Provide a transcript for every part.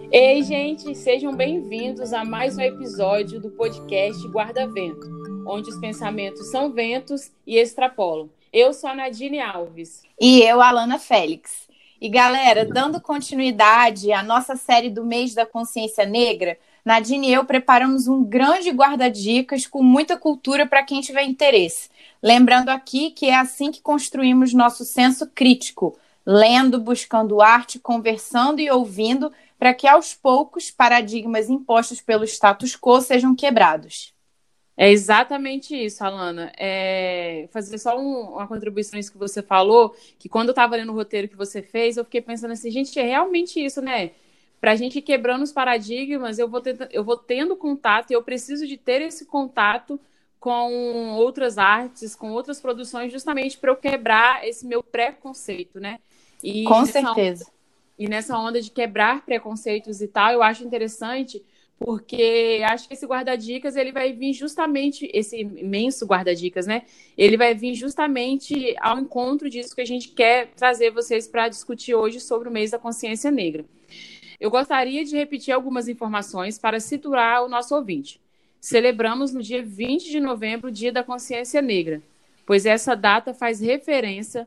Ei, gente, sejam bem-vindos a mais um episódio do podcast Guarda-Vento, onde os pensamentos são ventos e extrapolam. Eu sou a Nadine Alves. E eu, Alana Félix. E, galera, dando continuidade à nossa série do mês da consciência negra, Nadine e eu preparamos um grande guarda-dicas com muita cultura para quem tiver interesse. Lembrando aqui que é assim que construímos nosso senso crítico, lendo, buscando arte, conversando e ouvindo, para que aos poucos paradigmas impostos pelo status quo sejam quebrados. É exatamente isso, Alana. Fazer só uma contribuição nisso que você falou, que quando eu estava lendo o roteiro que você fez, eu fiquei pensando assim, gente, é realmente isso, né? Para a gente ir quebrando os paradigmas, eu vou tendo contato e eu preciso de ter esse contato com outras artes, com outras produções, justamente para eu quebrar esse meu preconceito, né? Com certeza. E nessa onda de quebrar preconceitos e tal, eu acho interessante, porque acho que esse guarda-dicas, ele vai vir justamente, esse imenso guarda-dicas, né? Ele vai vir justamente ao encontro disso que a gente quer trazer vocês para discutir hoje sobre o mês da consciência negra. Eu gostaria de repetir algumas informações para situar o nosso ouvinte. Celebramos no dia 20 de novembro o Dia da Consciência Negra, pois essa data faz referência,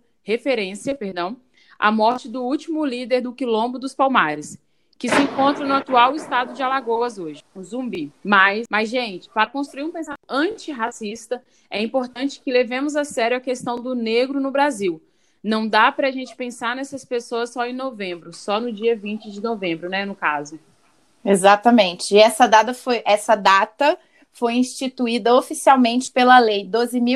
à morte do último líder do Quilombo dos Palmares, que se encontra no atual estado de Alagoas hoje, o Zumbi. Mas, gente, para construir um pensamento antirracista, é importante que levemos a sério a questão do negro no Brasil. Não dá para a gente pensar nessas pessoas só em novembro, só no dia 20 de novembro, né, no caso. Exatamente. E essa data foi instituída oficialmente pela Lei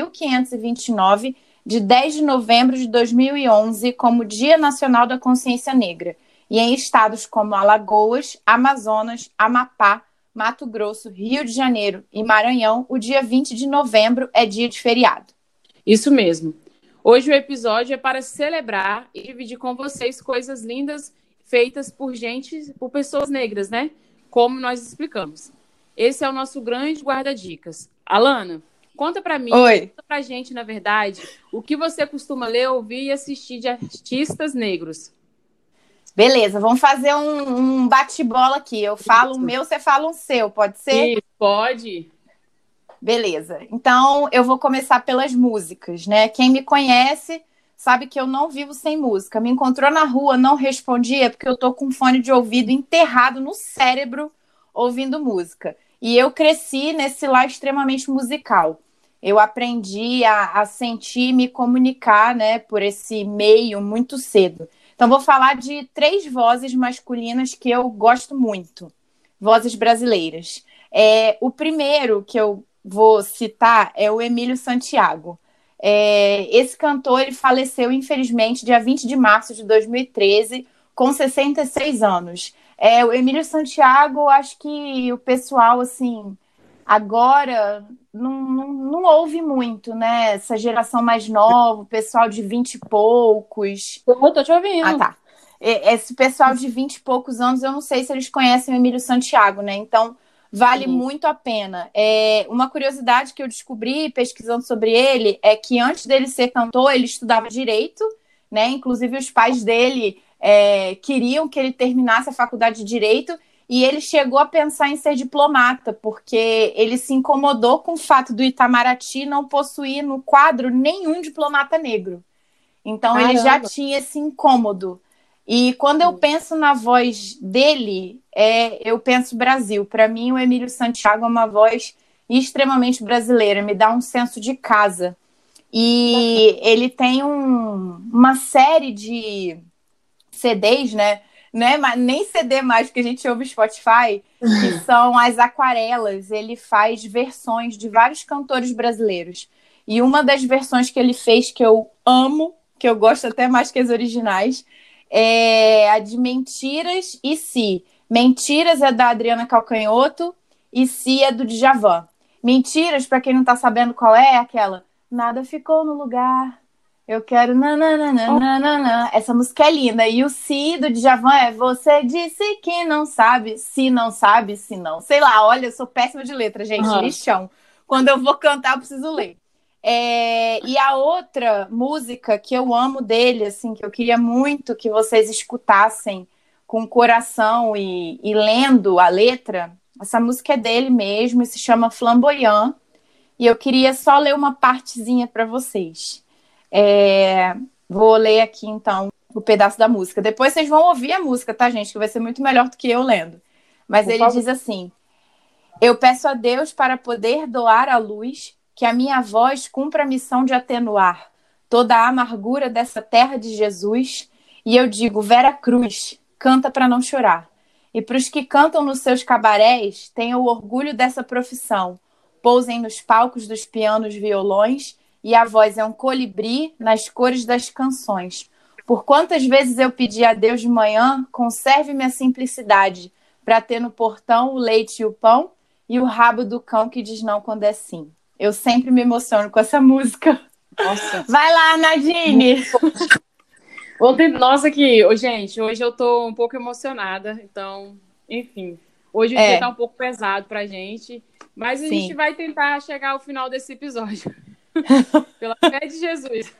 12.529, de 10 de novembro de 2011, como Dia Nacional da Consciência Negra, e em estados como Alagoas, Amazonas, Amapá, Mato Grosso, Rio de Janeiro e Maranhão, o dia 20 de novembro é dia de feriado. Isso mesmo. Hoje o episódio é para celebrar e dividir com vocês coisas lindas feitas por pessoas negras, né? Como nós explicamos. Esse é o nosso grande guarda-dicas. Alana, conta para mim, conta pra gente, na verdade, o que você costuma ler, ouvir e assistir de artistas negros. Beleza, vamos fazer um bate-bola aqui. Eu falo o meu, você fala o seu, pode ser? Isso, pode. Beleza. Então, eu vou começar pelas músicas, né? Quem me conhece sabe que eu não vivo sem música. Me encontrou na rua, não respondia, porque eu tô com fone de ouvido enterrado no cérebro ouvindo música. E eu cresci nesse lar extremamente musical. Eu aprendi a sentir e me comunicar, né, por esse meio muito cedo. Então, vou falar de 3 vozes masculinas que eu gosto muito. Vozes brasileiras. O primeiro que eu vou citar é o Emílio Santiago. Esse cantor ele faleceu, infelizmente, dia 20 de março de 2013, com 66 anos. O Emílio Santiago, acho que o pessoal, assim, agora não ouve muito, né? Essa geração mais nova, o pessoal de 20 e poucos. Eu tô te ouvindo. Ah, tá. Esse pessoal de 20 e poucos anos, eu não sei se eles conhecem o Emílio Santiago, né? Então, vale muito a pena. Uma curiosidade que eu descobri pesquisando sobre ele é que antes dele ser cantor, ele estudava direito, né? Inclusive, os pais dele queriam que ele terminasse a faculdade de direito e ele chegou a pensar em ser diplomata, porque ele se incomodou com o fato do Itamaraty não possuir no quadro nenhum diplomata negro. Então, ele já tinha esse incômodo. E quando eu penso na voz dele, eu penso Brasil. Para mim, o Emílio Santiago é uma voz extremamente brasileira, me dá um senso de casa. E ele tem uma série de CDs, né? Não é nem CD mais, porque a gente ouve Spotify, que são as aquarelas. Ele faz versões de vários cantores brasileiros. E uma das versões que ele fez, que eu amo, que eu gosto até mais que as originais, é a de Mentiras e Si. Mentiras é da Adriana Calcanhoto e Si é do Djavan. Mentiras, para quem não tá sabendo qual é aquela nada ficou no lugar, eu quero nananana. Essa música é linda. E o Si do Djavan é você disse que não sabe, se não sabe, se não. Sei lá, olha, eu sou péssima de letra, gente, lixão. Quando eu vou cantar, eu preciso ler. E a outra música que eu amo dele, assim, que eu queria muito que vocês escutassem com o coração e lendo a letra, essa música é dele mesmo e se chama Flamboyant. E eu queria só ler uma partezinha para vocês. Vou ler aqui, então, o pedaço da música. Depois vocês vão ouvir a música, tá, gente? Que vai ser muito melhor do que eu lendo. Mas ele diz assim: eu peço a Deus para poder doar a luz, que a minha voz cumpra a missão de atenuar toda a amargura dessa terra de Jesus. E eu digo, Vera Cruz, canta para não chorar. E para os que cantam nos seus cabarés, tenham o orgulho dessa profissão. Pousem nos palcos dos pianos violões, e a voz é um colibri nas cores das canções. Por quantas vezes eu pedi a Deus de manhã, conserve-me a simplicidade, para ter no portão o leite e o pão, e o rabo do cão que diz não quando é sim. Eu sempre me emociono com essa música. Nossa. Vai lá, Nadine! Nossa, gente, hoje eu tô um pouco emocionada, então, enfim. Hoje o dia tá um pouco pesado pra gente, mas a gente vai tentar chegar ao final desse episódio. Pela fé de Jesus.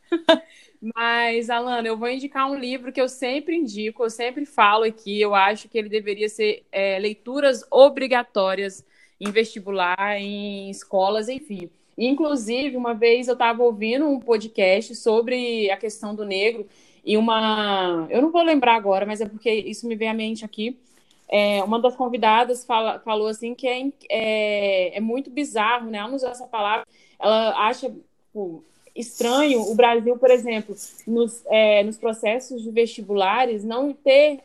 Mas, Alana, eu vou indicar um livro que eu sempre indico, eu sempre falo aqui, eu acho que ele deveria ser leituras obrigatórias em vestibular, em escolas, enfim. Inclusive, uma vez eu estava ouvindo um podcast sobre a questão do negro e eu não vou lembrar agora, mas é porque isso me veio à mente aqui. Uma das convidadas falou assim que é muito bizarro, né? Ela não usou essa palavra, ela acha estranho o Brasil, por exemplo, nos processos de vestibulares, não ter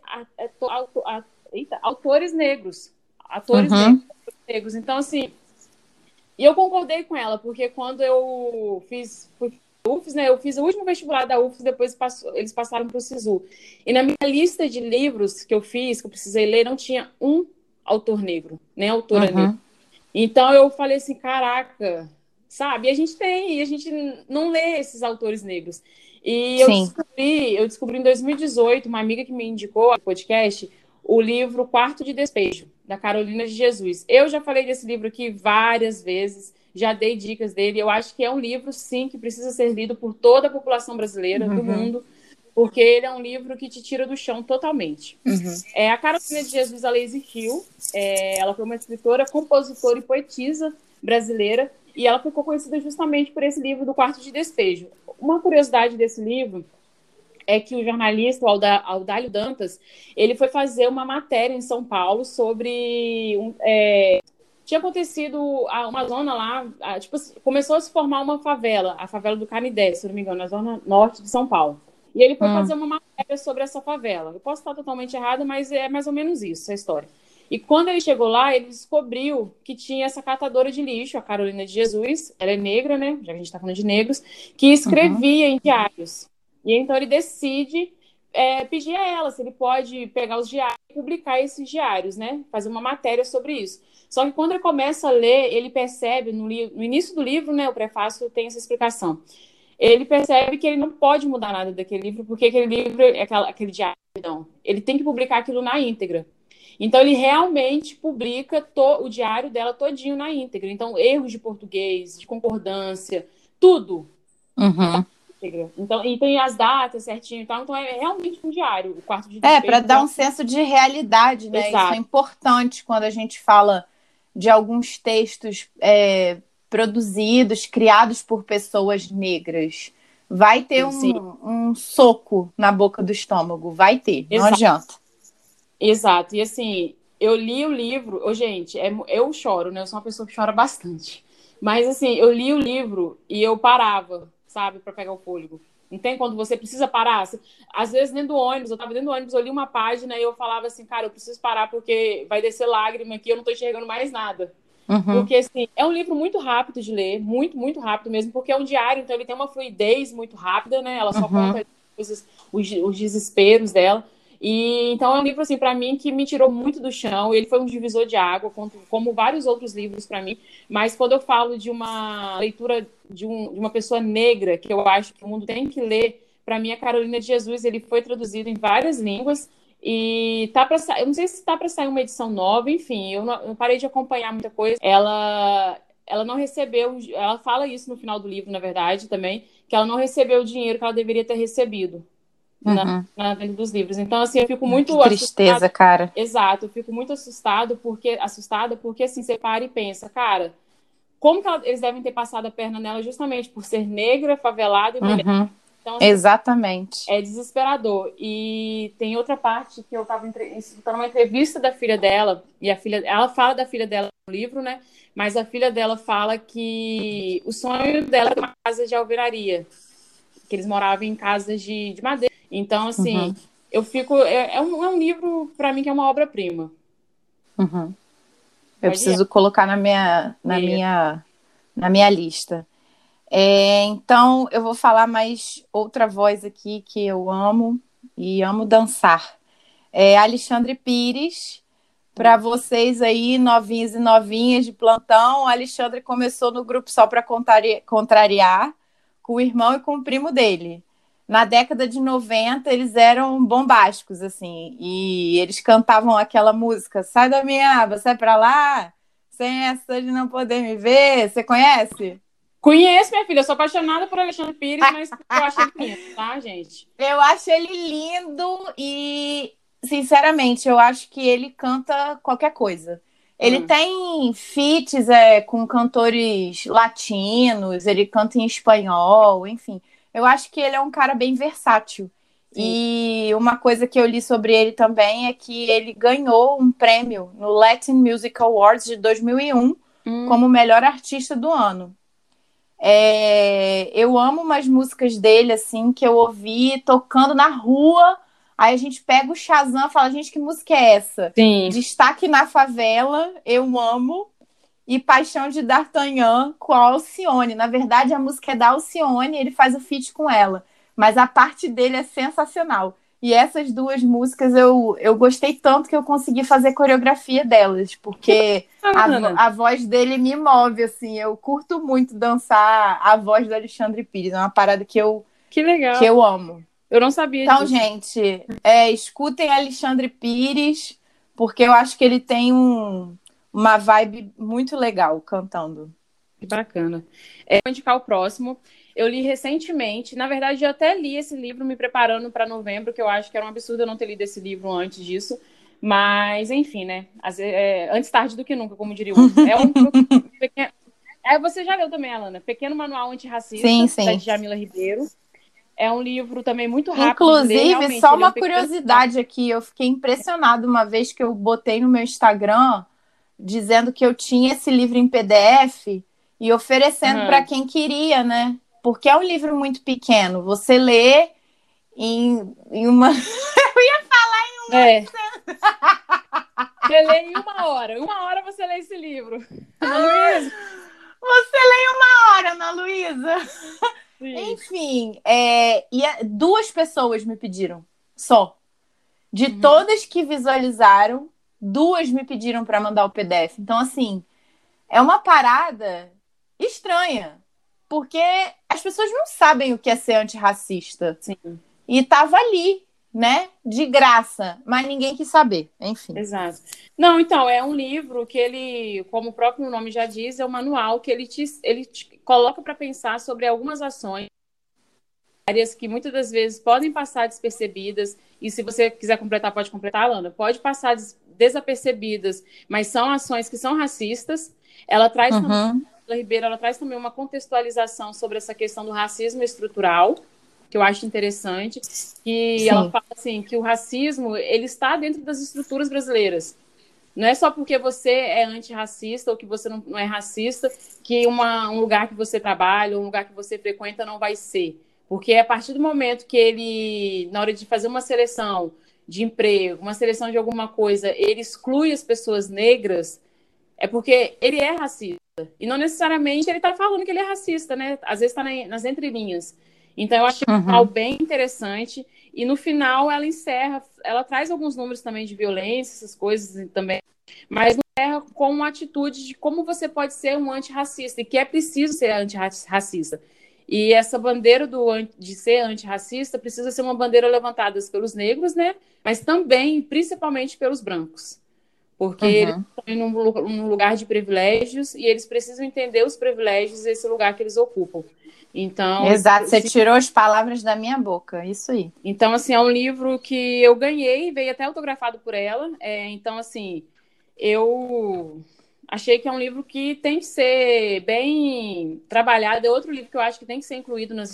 autores negros. Atores negros. Então, assim, e eu concordei com ela, porque quando eu fui UFES, né? Eu fiz o último vestibular da UFES, depois eles passaram para o SISU. E na minha lista de livros que eu fiz, que eu precisei ler, não tinha um autor negro, nem autora negra. Então eu falei assim, caraca, sabe? E a gente não lê esses autores negros. E eu descobri em 2018, uma amiga que me indicou ao podcast, o livro Quarto de Despejo, da Carolina de Jesus. Eu já falei desse livro aqui várias vezes, já dei dicas dele. Eu acho que é um livro, sim, que precisa ser lido por toda a população brasileira, do mundo, porque ele é um livro que te tira do chão totalmente. A Carolina de Jesus, ela existiu, ela foi uma escritora, compositora e poetisa brasileira, e ela ficou conhecida justamente por esse livro do Quarto de Despejo. Uma curiosidade desse livro é que o jornalista, o Audálio Dantas, ele foi fazer uma matéria em São Paulo sobre... tinha acontecido uma zona lá, tipo, começou a se formar uma favela, a favela do Canidé, se não me engano, na zona norte de São Paulo. E ele foi fazer uma matéria sobre essa favela. Eu posso estar totalmente errado, mas é mais ou menos isso, a história. E quando ele chegou lá, ele descobriu que tinha essa catadora de lixo, a Carolina de Jesus, ela é negra, né? Já que a gente está falando de negros, que escrevia em diários. E então ele decide pedir a ela se ele pode pegar os diários e publicar esses diários, né? Fazer uma matéria sobre isso. Só que quando ele começa a ler, ele percebe, no início do livro, né, o prefácio tem essa explicação, ele percebe que ele não pode mudar nada daquele livro, porque aquele livro, aquele diário, não, ele tem que publicar aquilo na íntegra. Então, ele realmente publica o diário dela todinho na íntegra. Então, erros de português, de concordância, tudo. Então, e tem as datas certinho e tal. Então, é realmente um diário, o Quarto de Despejo. Para dar um senso de realidade, né? Exato. Isso é importante quando a gente fala de alguns textos produzidos, criados por pessoas negras. Vai ter um soco na boca do estômago, vai ter, não adianta. Exato, e assim, eu li o livro, gente, eu choro, né? Eu sou uma pessoa que chora bastante. Mas assim, eu li o livro e eu parava, sabe, para pegar o fôlego. Não tem quando você precisa parar? Às vezes, dentro do ônibus, eu tava dentro do ônibus, eu li uma página e eu falava assim, cara, eu preciso parar porque vai descer lágrima aqui, eu não tô enxergando mais nada. Porque, assim, é um livro muito rápido de ler, muito, muito rápido mesmo, porque é um diário, então ele tem uma fluidez muito rápida, né? Ela só conta as coisas, os desesperos dela. E então é um livro, assim, para mim, que me tirou muito do chão. Ele foi um divisor de água, como vários outros livros para mim. Mas quando eu falo de uma leitura de uma pessoa negra, que eu acho que o mundo tem que ler, para mim, a Carolina de Jesus, ele foi traduzido em várias línguas. E eu não sei se tá para sair uma edição nova, enfim, eu parei de acompanhar muita coisa. Ela não recebeu, ela fala isso no final do livro, na verdade, também, que ela não recebeu o dinheiro que ela deveria ter recebido. Uhum. na venda dos livros. Então, assim, eu fico muito Que tristeza, assustada. cara. Exato, eu fico muito assustada porque, assim, você para e pensa, cara, como que eles devem ter passado a perna nela justamente por ser negra, favelada e mulher. Uhum. Então, assim, Exatamente. é desesperador. E tem outra parte que eu estava escutando uma entrevista da filha dela, e ela fala da filha dela no livro, né? Mas a filha dela fala que o sonho dela é uma casa de alvenaria, que eles moravam em casas de madeira. Então, assim, Uhum. eu fico. É um livro, para mim, que é uma obra-prima. Uhum. Eu Pode ir. preciso colocar na minha lista. Então, eu vou falar mais outra voz aqui que eu amo e amo dançar. Alexandre Pires. Para vocês aí, novinhos e novinhas de plantão, o Alexandre começou no grupo só para contrariar, com o irmão e com o primo dele. Na década de 90, eles eram bombásticos, assim, e eles cantavam aquela música, sai da minha aba, sai pra lá, sem essa de não poder me ver, você conhece? Conheço, minha filha, eu sou apaixonada por Alexandre Pires, mas eu acho ele lindo, tá, gente? Eu acho ele lindo e, sinceramente, eu acho que ele canta qualquer coisa. Ele Hum, tem feats com cantores latinos, ele canta em espanhol, enfim. Eu acho que ele é um cara bem versátil. sim. E uma coisa que eu li sobre ele também é que ele ganhou um prêmio no Latin Music Awards de 2001 Hum, como melhor artista do ano. Eu amo umas músicas dele, assim, que eu ouvi tocando na rua. Aí a gente pega o Shazam e fala, gente, que música é essa? sim. Destaque na Favela, eu amo. E Paixão de D'Artagnan com a Alcione. Na verdade, a música é da Alcione, ele faz o feat com ela. Mas a parte dele é sensacional. E essas duas músicas eu gostei tanto que eu consegui fazer coreografia delas, porque Ana, a voz dele me move, assim. Eu curto muito dançar a voz do Alexandre Pires, é uma parada que que legal. eu amo. Eu não sabia Então, disso. gente, escutem Alexandre Pires, porque eu acho que ele tem uma vibe muito legal cantando. Que bacana. Vou indicar o próximo. Eu li recentemente, na verdade, eu até li esse livro me preparando para novembro, que eu acho que era um absurdo eu não ter lido esse livro antes disso. Mas, enfim, né? Antes tarde do que nunca, como diria o outro. É um pequeno. Você já leu também, Alana? Pequeno Manual Sim, Antirracista, da sim. Djamila Ribeiro. É um livro também muito rápido de ler, Inclusive, realmente. só Ele é um uma pequeno manual. curiosidade aqui, eu fiquei impressionada uma vez que eu botei no meu Instagram dizendo que eu tinha esse livro em PDF e oferecendo para Aham. quem queria, né? Porque é um livro muito pequeno. Você lê em uma. É. Você lê em uma hora. Em uma hora você lê esse livro. Ana Luísa? Você lê em uma hora, Ana Luísa. Sim. Enfim, duas pessoas me pediram só. De Uhum. todas que visualizaram, duas me pediram para mandar o PDF. Então, assim, é uma parada estranha, porque as pessoas não sabem o que é ser antirracista. Sim. E tava ali, né? De graça, mas ninguém quis saber. Enfim. Exato. Não, então, é um livro que ele, como o próprio nome já diz, é um manual que ele te coloca para pensar sobre algumas ações áreas que muitas das vezes podem passar despercebidas, e se você quiser completar, pode completar, Alana, pode passar desapercebidas, mas são ações que são racistas. Ela traz também, Uhum, a Ribeiro, ela traz também uma contextualização sobre essa questão do racismo estrutural, que eu acho interessante, que ela sim. fala assim, que o racismo, ele está dentro das estruturas brasileiras. Não é só porque você é antirracista ou que você não é racista que um lugar que você trabalha, um lugar que você frequenta não vai ser. Porque a partir do momento que ele, na hora de fazer uma seleção de emprego, uma seleção de alguma coisa, ele exclui as pessoas negras, é porque ele é racista. E não necessariamente ele está falando que ele é racista, né? Às vezes está nas entrelinhas. Então, eu achei algo Uhum, bem interessante. E no final, ela encerra, ela traz alguns números também de violência, essas coisas também, mas encerra com uma atitude de como você pode ser um antirracista e que é preciso ser antirracista. E essa bandeira de ser antirracista precisa ser uma bandeira levantada pelos negros, né? Mas também, principalmente, pelos brancos. Porque eles Uhum. estão em num lugar de privilégios e eles precisam entender os privilégios desse lugar que eles ocupam. Então, Exato, você tirou as palavras da minha boca, isso aí. então, assim, é um livro que eu ganhei, veio até autografado por ela. Então, assim, eu achei que é um livro que tem que ser bem trabalhado. É outro livro que eu acho que tem que ser incluído nas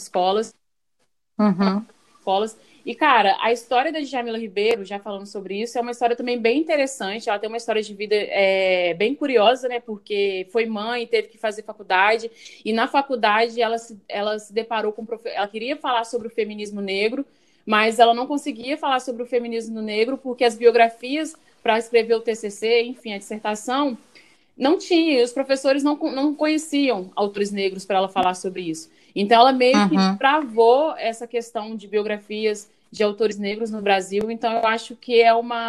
Uhum. escolas. E, cara, a história da Djamila Ribeiro, já falando sobre isso, é uma história também bem interessante. Ela tem uma história de vida bem curiosa, né? Porque foi mãe, teve que fazer faculdade. E na faculdade ela se deparou com... Ela queria falar sobre o feminismo negro, mas ela não conseguia falar sobre o feminismo negro porque as biografias para escrever o TCC, enfim, a dissertação, não tinha, os professores não conheciam autores negros para ela falar sobre isso. Então, ela meio que Uhum. travou essa questão de biografias de autores negros no Brasil. Então, eu acho que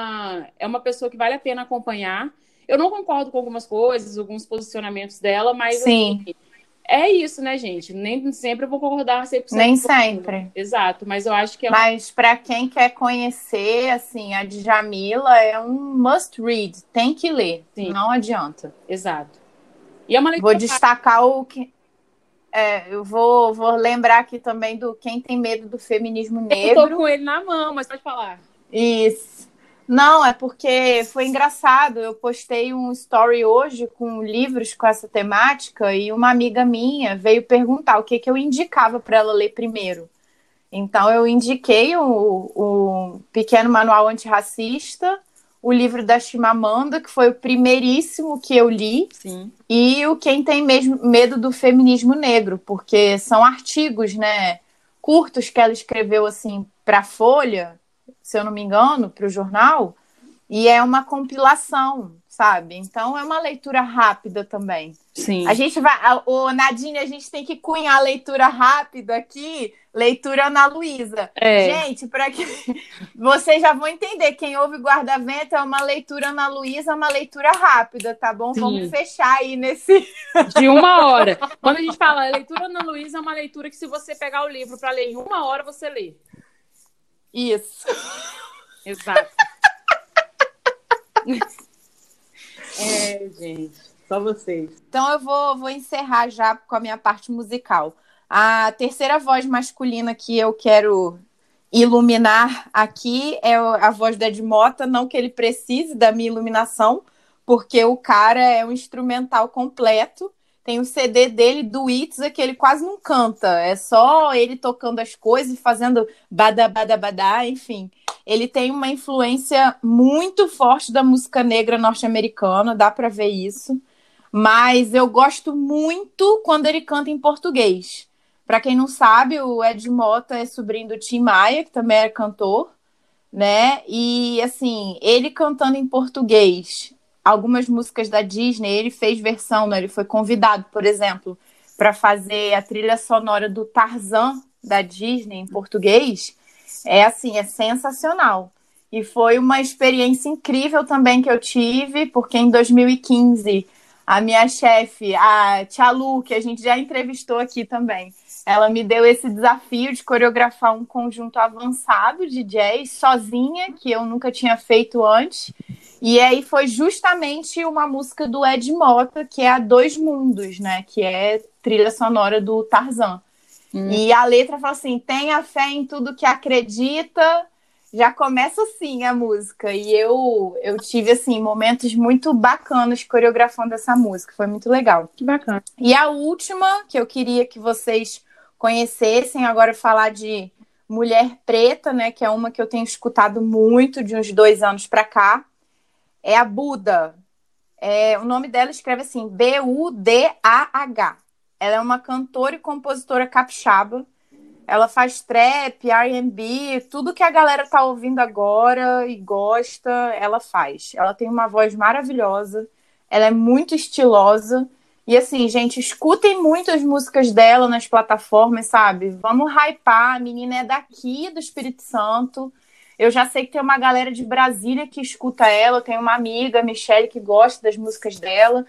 é uma pessoa que vale a pena acompanhar. Eu não concordo com algumas coisas, alguns posicionamentos dela, mas, assim, Sim, é isso, né, gente? Nem sempre eu vou concordar 100% nem com tudo. sempre. Exato, mas eu acho que é uma... Mas para quem quer conhecer, assim, a Djamila é um must read, tem que ler, Sim, não adianta. exato. E é uma Vou leitura fácil. destacar o que eu vou lembrar aqui também do Quem Tem Medo do Feminismo Eu tô Negro. com ele na mão, mas pode falar. Isso. Não, é porque foi engraçado. Eu postei um story hoje com livros com essa temática e uma amiga minha veio perguntar o que, que eu indicava para ela ler primeiro. Então, eu indiquei o Pequeno Manual Antirracista, o livro da Chimamanda, que foi o primeiríssimo que eu li, Sim. e o Quem Tem Medo do Feminismo Negro, porque são artigos, né, curtos que ela escreveu assim para a Folha, se eu não me engano, para o jornal, e é uma compilação, sabe? Então é uma leitura rápida também. A Sim. gente vai, o Nadine, a gente tem que cunhar a leitura rápida aqui, leitura Ana Luísa. É. Gente, para que vocês já vão entender, quem ouve Guarda-Vento é uma leitura Ana Luísa, uma leitura rápida, tá bom? Vamos Sim. fechar aí nesse. De uma hora. Quando a gente fala leitura Ana Luísa, é uma leitura que, se você pegar o livro para ler em uma hora, você lê. Isso. Exato. Gente. Só vocês. Então eu vou encerrar já com a minha parte musical. A terceira voz masculina que eu quero iluminar aqui é a voz do Ed Mota, não que ele precise da minha iluminação, porque o cara é um instrumental completo. Tem o CD dele, do Itza, que ele quase não canta. É só ele tocando as coisas e fazendo badá, badá, badá, enfim. Ele tem uma influência muito forte da música negra norte-americana, dá para ver isso. Mas eu gosto muito quando ele canta em português. Para quem não sabe, o Ed Mota é sobrinho do Tim Maia, que também é cantor, né? E assim, ele cantando em português, algumas músicas da Disney, ele fez versão, né? Ele foi convidado, por exemplo, para fazer a trilha sonora do Tarzan da Disney em português. É assim, é sensacional. E foi uma experiência incrível também que eu tive, porque em 2015 a minha chefe, a Tia Lu, que a gente já entrevistou aqui também, ela me deu esse desafio de coreografar um conjunto avançado de jazz sozinha, que eu nunca tinha feito antes. E aí foi justamente uma música do Ed Mota, que é a Dois Mundos, né? Que é trilha sonora do Tarzan. E a letra fala assim: tenha fé em tudo que acredita. Já começa assim a música. E eu tive, assim, momentos muito bacanas coreografando essa música. Foi muito legal. Que bacana. E a última, que eu queria que vocês conhecessem, agora falar de Mulher Preta, né? Que é uma que eu tenho escutado muito de uns 2 anos para cá. É a Buda. O nome dela escreve assim, Budah. Ela é uma cantora e compositora capixaba. Ela faz trap, R&B, tudo que a galera tá ouvindo agora e gosta, ela faz. Ela tem uma voz maravilhosa, ela é muito estilosa. E assim, gente, escutem muito as músicas dela nas plataformas, sabe? Vamos hypar, a menina é daqui do Espírito Santo. Eu já sei que tem uma galera de Brasília que escuta ela, eu tenho uma amiga, a Michelle, que gosta das músicas dela.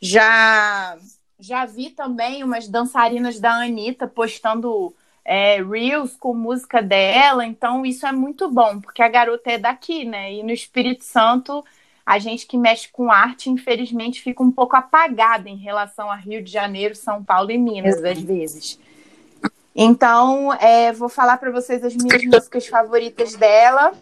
Já vi também umas dançarinas da Anitta postando Reels com música dela, então isso é muito bom, porque a garota é daqui, né? E no Espírito Santo a gente que mexe com arte, infelizmente, fica um pouco apagada em relação a Rio de Janeiro, São Paulo e Minas, às vezes. Então, vou falar para vocês as minhas músicas favoritas dela.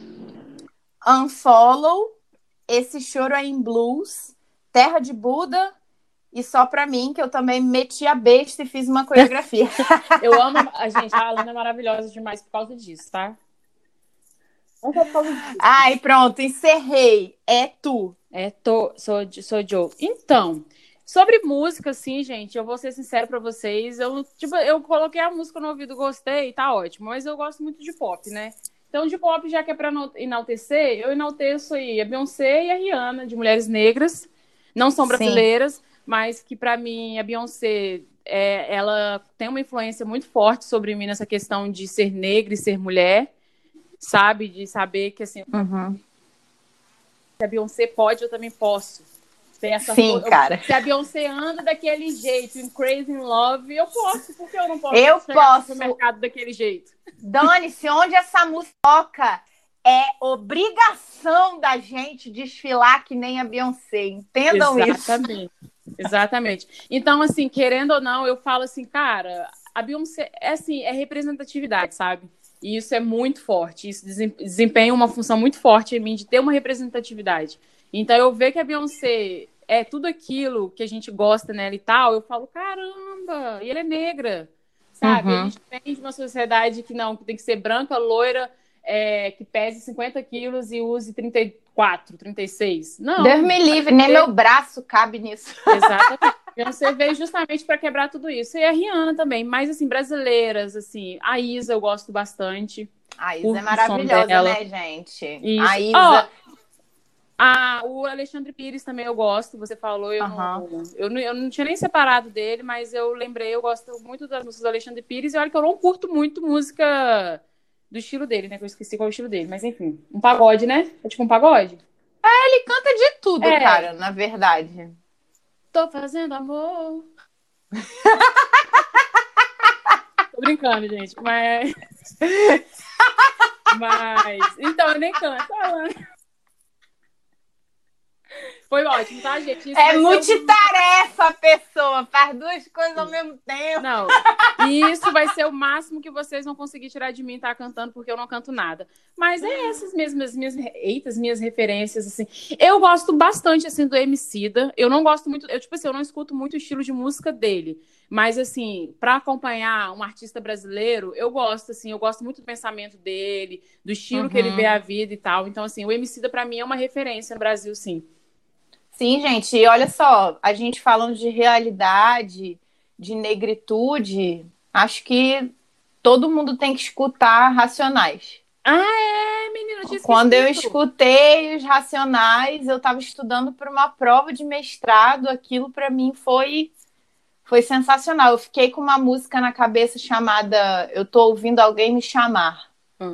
Unfollow, Esse Choro é em Blues, Terra de Buda e Só Pra Mim, que eu também meti a besta e fiz uma coreografia. Eu amo a gente, a Alana é maravilhosa demais por causa disso, tá? Não só por causa disso. Ai, pronto, encerrei. É tu. Sou Joe. Então, sobre música, assim, gente, eu vou ser sincera pra vocês. Eu coloquei a música no ouvido, gostei, tá ótimo. Mas eu gosto muito de pop, né? Então, de pop, já que é pra enaltecer, eu enalteço aí a Beyoncé e a Rihanna, de mulheres negras. Não são brasileiras, mas que pra mim a Beyoncé, ela tem uma influência muito forte sobre mim nessa questão de ser negra e ser mulher, sabe? De saber que, assim, se a Beyoncé pode, eu também posso. Cara. Se a Beyoncé anda daquele jeito, em Crazy in Love, eu posso. Por que eu não posso chegar no supermercado daquele jeito? Dane-se, onde essa música toca, é obrigação da gente desfilar que nem a Beyoncé. Entendam isso. Exatamente. Então, assim, querendo ou não, eu falo assim, cara, a Beyoncé é representatividade, sabe? E isso é muito forte. Isso desempenha uma função muito forte em mim de ter uma representatividade. Então, eu ver que a Beyoncé é tudo aquilo que a gente gosta nela e tal, eu falo, caramba, e ela é negra, sabe? A gente vem de uma sociedade que tem que ser branca, loira, que pese 50 quilos e use 34, 36. Não. Deus me livre, nem meu braço cabe nisso. Exatamente. Beyoncé veio justamente para quebrar tudo isso. E a Rihanna também, mas assim, brasileiras, assim, a Isa eu gosto bastante. A Isa é maravilhosa, né, gente? Isso. A Isa... o Alexandre Pires também eu gosto, você falou, eu não tinha nem separado dele, mas eu lembrei, eu gosto muito das músicas do Alexandre Pires, e olha que eu não curto muito música do estilo dele, né, que eu esqueci qual é o estilo dele, mas enfim, um pagode, né? É tipo um pagode? Ele canta de tudo, cara, na verdade. Tô fazendo amor. Tô brincando, gente, mas... Então, eu nem canto, Foi ótimo, tá, gente? Isso multitarefa, pessoa. Faz duas coisas ao mesmo tempo. Não, e isso vai ser o máximo que vocês vão conseguir tirar de mim, tá cantando, porque eu não canto nada. Mas essas mesmas minhas referências, assim. Eu gosto bastante, assim, do Emicida. Eu não gosto muito... eu não escuto muito o estilo de música dele. Mas, assim, pra acompanhar um artista brasileiro, eu gosto, assim. Eu gosto muito do pensamento dele, do estilo que ele vê a vida e tal. Então, assim, o Emicida, pra mim, é uma referência no Brasil, sim. Sim, gente, e olha só, a gente falando de realidade, de negritude, acho que todo mundo tem que escutar Racionais. Menina, eu tinha esquecido. Quando eu escutei os Racionais, eu estava estudando para uma prova de mestrado, aquilo para mim foi sensacional. Eu fiquei com uma música na cabeça chamada Eu Tô Ouvindo Alguém Me Chamar.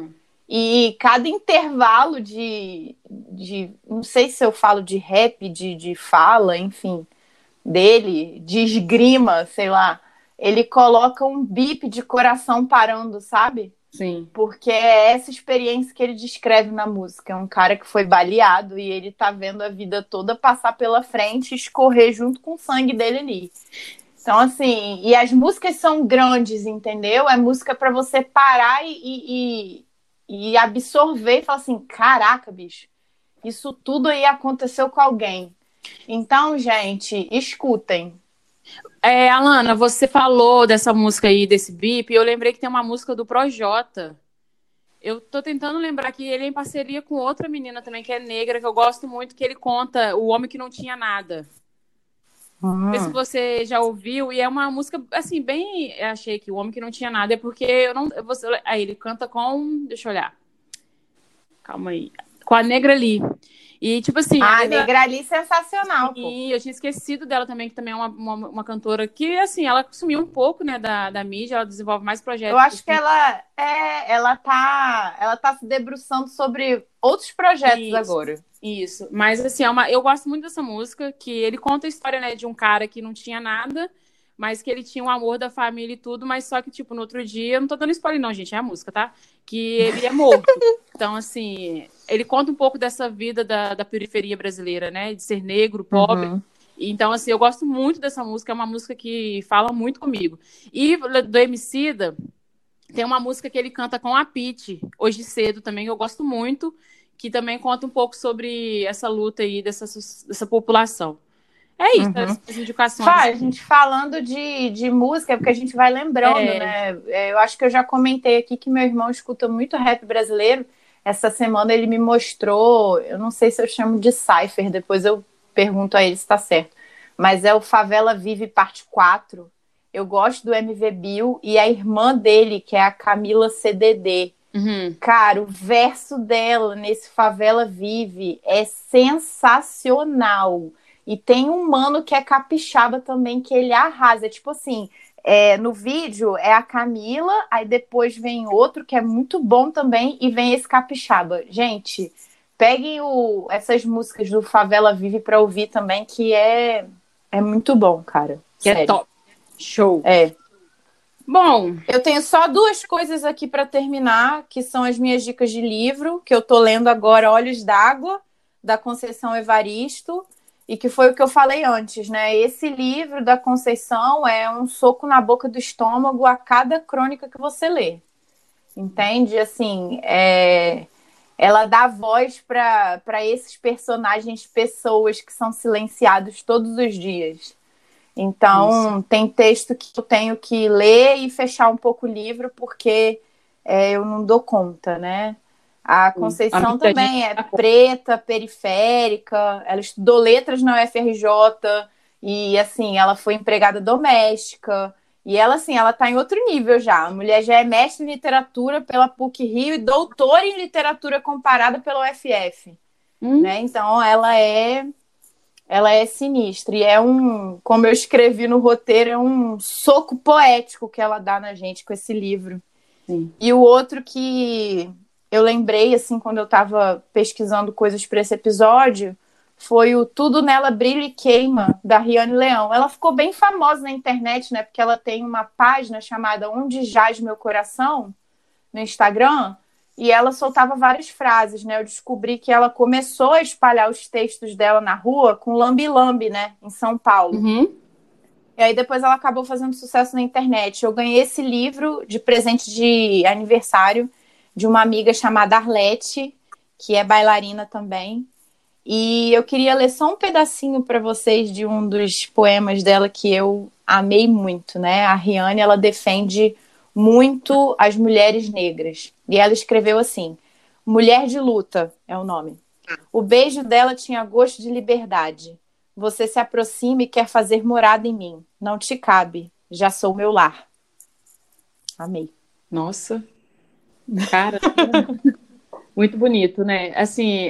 E cada intervalo de não sei se eu falo de rap, de fala, enfim, dele, de esgrima, sei lá, ele coloca um bip de coração parando, sabe? Sim. Porque é essa experiência que ele descreve na música. É um cara que foi baleado e ele tá vendo a vida toda passar pela frente e escorrer junto com o sangue dele ali. Então, assim, e as músicas são grandes, entendeu? É música para você parar e absorver e falar assim, caraca, bicho, isso tudo aí aconteceu com alguém. Então, gente, escutem. Alana, você falou dessa música aí, desse bip, e eu lembrei que tem uma música do Projota. Eu tô tentando lembrar que ele é em parceria com outra menina também, que é negra, que eu gosto muito, que ele conta O Homem que Não Tinha Nada. Não sei se você já ouviu, e é uma música, assim, bem... Eu achei que O Homem que Não Tinha Nada é porque eu não... Aí ele canta com... Deixa eu olhar. Calma aí. Com a Negra Lee. E, tipo assim... A Negra Lee, sensacional, pô. E eu tinha esquecido dela também, que também é uma cantora que, assim, ela sumiu um pouco, né, da mídia, ela desenvolve mais projetos. Eu acho que ela tá se debruçando sobre outros projetos agora. Isso, mas assim, eu gosto muito dessa música, que ele conta a história, né, de um cara que não tinha nada, mas que ele tinha um amor da família e tudo, mas só que, tipo, no outro dia, eu não tô dando spoiler não, gente, é a música, tá? Que ele é morto. Então, assim, ele conta um pouco dessa vida da periferia brasileira, né? De ser negro, pobre. Uhum. Então, assim, eu gosto muito dessa música, é uma música que fala muito comigo. E do Emicida, tem uma música que ele canta com a Pitty, Hoje Cedo, também, que eu gosto muito, que também conta um pouco sobre essa luta aí dessa população. É isso, Uhum. as indicações. A gente falando de música, é porque a gente vai lembrando, né? Eu acho que eu já comentei aqui que meu irmão escuta muito rap brasileiro. Essa semana ele me mostrou, eu não sei se eu chamo de Cypher, depois eu pergunto a ele se tá certo. Mas é o Favela Vive Parte 4. Eu gosto do MV Bill e a irmã dele, que é a Camila CDD. Uhum. Cara, o verso dela nesse Favela Vive é sensacional. E tem um mano que é capixaba também, que ele arrasa. Tipo assim, no vídeo é a Camila, aí depois vem outro que é muito bom também, e vem esse capixaba. Gente, peguem essas músicas do Favela Vive pra ouvir também, que é muito bom, cara. Que Sério. é top. Show. É. Bom, Eu tenho só duas coisas aqui para terminar, que são as minhas dicas de livro, que eu tô lendo agora, Olhos d'Água, da Conceição Evaristo, e que foi o que eu falei antes, né? Esse livro da Conceição é um soco na boca do estômago a cada crônica que você lê. Entende? Assim, ela dá voz para esses personagens, pessoas que são silenciados todos os dias. Então, isso. Tem texto que eu tenho que ler e fechar um pouco o livro, porque eu não dou conta, né? A Conceição também é preta, periférica, ela estudou letras na UFRJ e, assim, ela foi empregada doméstica e ela, assim, ela tá em outro nível já. A mulher já é mestre em literatura pela PUC-Rio e doutora em literatura comparada pela UFF, né? Então, ela é sinistra e como eu escrevi no roteiro, é um soco poético que ela dá na gente com esse livro. Sim. E o outro que eu lembrei, assim, quando eu estava pesquisando coisas para esse episódio, foi o Tudo Nela Brilha e Queima, da Riane Leão. Ela ficou bem famosa na internet, né? Porque ela tem uma página chamada Onde Jaz Meu Coração, no Instagram, e ela soltava várias frases, né? Eu descobri que ela começou a espalhar os textos dela na rua com Lambi Lambi, né? Em São Paulo. Uhum. E aí depois ela acabou fazendo sucesso na internet. Eu ganhei esse livro de presente de aniversário de uma amiga chamada Arlete, que é bailarina também. E eu queria ler só um pedacinho para vocês de um dos poemas dela que eu amei muito, né? A Riane, ela defende muito as mulheres negras. E ela escreveu assim: Mulher de Luta é o nome. O beijo dela tinha gosto de liberdade. Você se aproxima e quer fazer morada em mim. Não te cabe. Já sou meu lar. Amei. Nossa. Cara, muito bonito, né? Assim,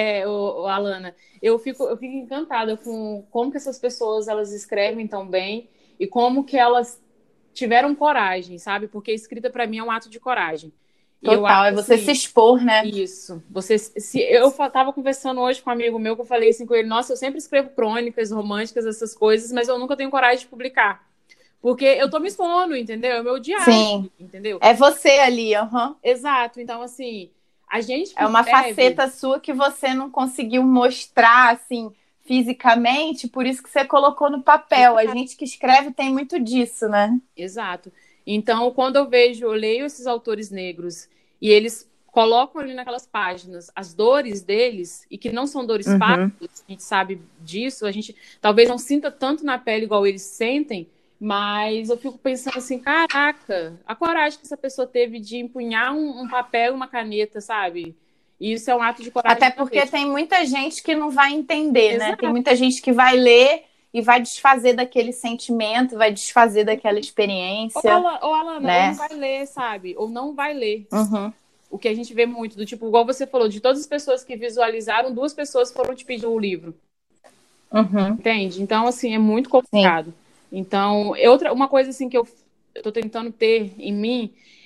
Alana, eu fico encantada com como que essas pessoas elas escrevem tão bem e como que elas tiveram coragem, sabe? Porque escrita para mim é um ato de coragem. E Total, eu acho, é você assim, se expor, né? Isso. Eu tava conversando hoje com um amigo meu que eu falei assim com ele, nossa, eu sempre escrevo crônicas românticas, essas coisas, mas eu nunca tenho coragem de publicar. Porque eu tô me expondo, entendeu? É o meu diário, Sim. entendeu? É você ali, aham. Exato. Então, assim, a gente que é uma escreve... faceta sua que você não conseguiu mostrar, assim, fisicamente, por isso que você colocou no papel. Exato. A gente que escreve tem muito disso, né? Exato. Então, quando eu leio esses autores negros e eles colocam ali naquelas páginas as dores deles, e que não são dores fáceis, a gente sabe disso, a gente talvez não sinta tanto na pele igual eles sentem, mas eu fico pensando assim, caraca, a coragem que essa pessoa teve de empunhar um papel e uma caneta, sabe? E isso é um ato de coragem. Até porque tem muita gente que não vai entender, Exato. né? Tem muita gente que vai ler e vai desfazer daquele sentimento, vai desfazer daquela experiência. Ou Alana, né? ou não vai ler, sabe? Ou não vai ler. Uhum. O que a gente vê muito, do tipo, igual você falou, de todas as pessoas que visualizaram, 2 pessoas foram te pedir o livro. Uhum. Entende? Então, assim, é muito complicado. Sim. Então, uma coisa assim que eu tô tentando ter em mim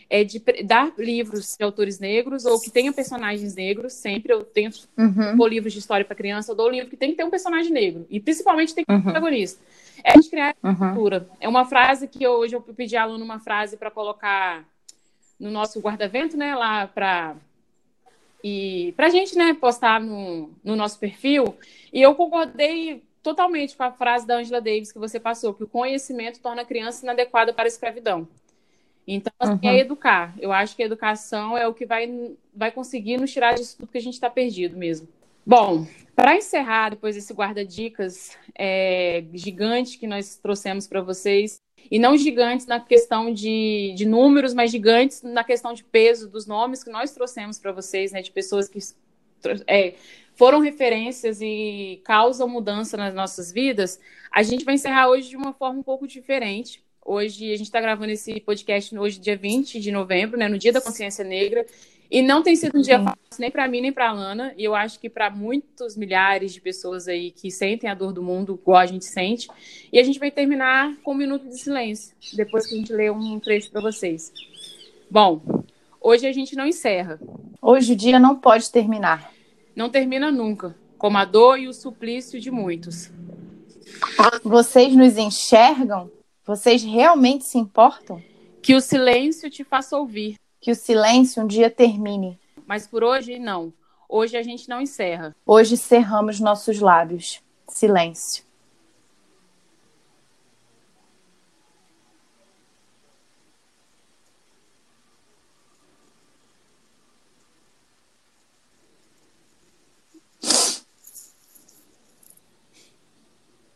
é de dar livros de autores negros ou que tenham personagens negros. Sempre eu tento pôr livros de história para criança, eu dou um livro que tem que ter um personagem negro. E principalmente tem que ter um protagonista. É a gente criar cultura. É uma frase que hoje eu pedi a aluno uma frase para colocar no nosso guarda-vento, né? Lá para a gente, né, postar no nosso perfil. E eu concordei totalmente com a frase da Angela Davis que você passou, que o conhecimento torna a criança inadequada para a escravidão. Então, assim, é educar. Eu acho que a educação é o que vai conseguir nos tirar disso tudo que a gente está perdido mesmo. Bom, para encerrar, depois desse guarda-dicas gigante que nós trouxemos para vocês, e não gigantes na questão de números, mas gigantes na questão de peso dos nomes que nós trouxemos para vocês, né, de pessoas que foram referências e causam mudança nas nossas vidas, a gente vai encerrar hoje de uma forma um pouco diferente. Hoje, a gente está gravando esse podcast hoje, dia 20 de novembro, né, no Dia da Consciência Negra, e não tem sido um dia fácil nem para mim, nem para a Alana, e eu acho que para muitos milhares de pessoas aí que sentem a dor do mundo, igual a gente sente, e a gente vai terminar com um minuto de silêncio, depois que a gente lê um trecho para vocês. Bom, hoje a gente não encerra. Hoje o dia não pode terminar. Não termina nunca, como a dor e o suplício de muitos. Vocês nos enxergam? Vocês realmente se importam? Que o silêncio te faça ouvir. Que o silêncio um dia termine. Mas por hoje, não. Hoje a gente não encerra. Hoje cerramos nossos lábios. Silêncio.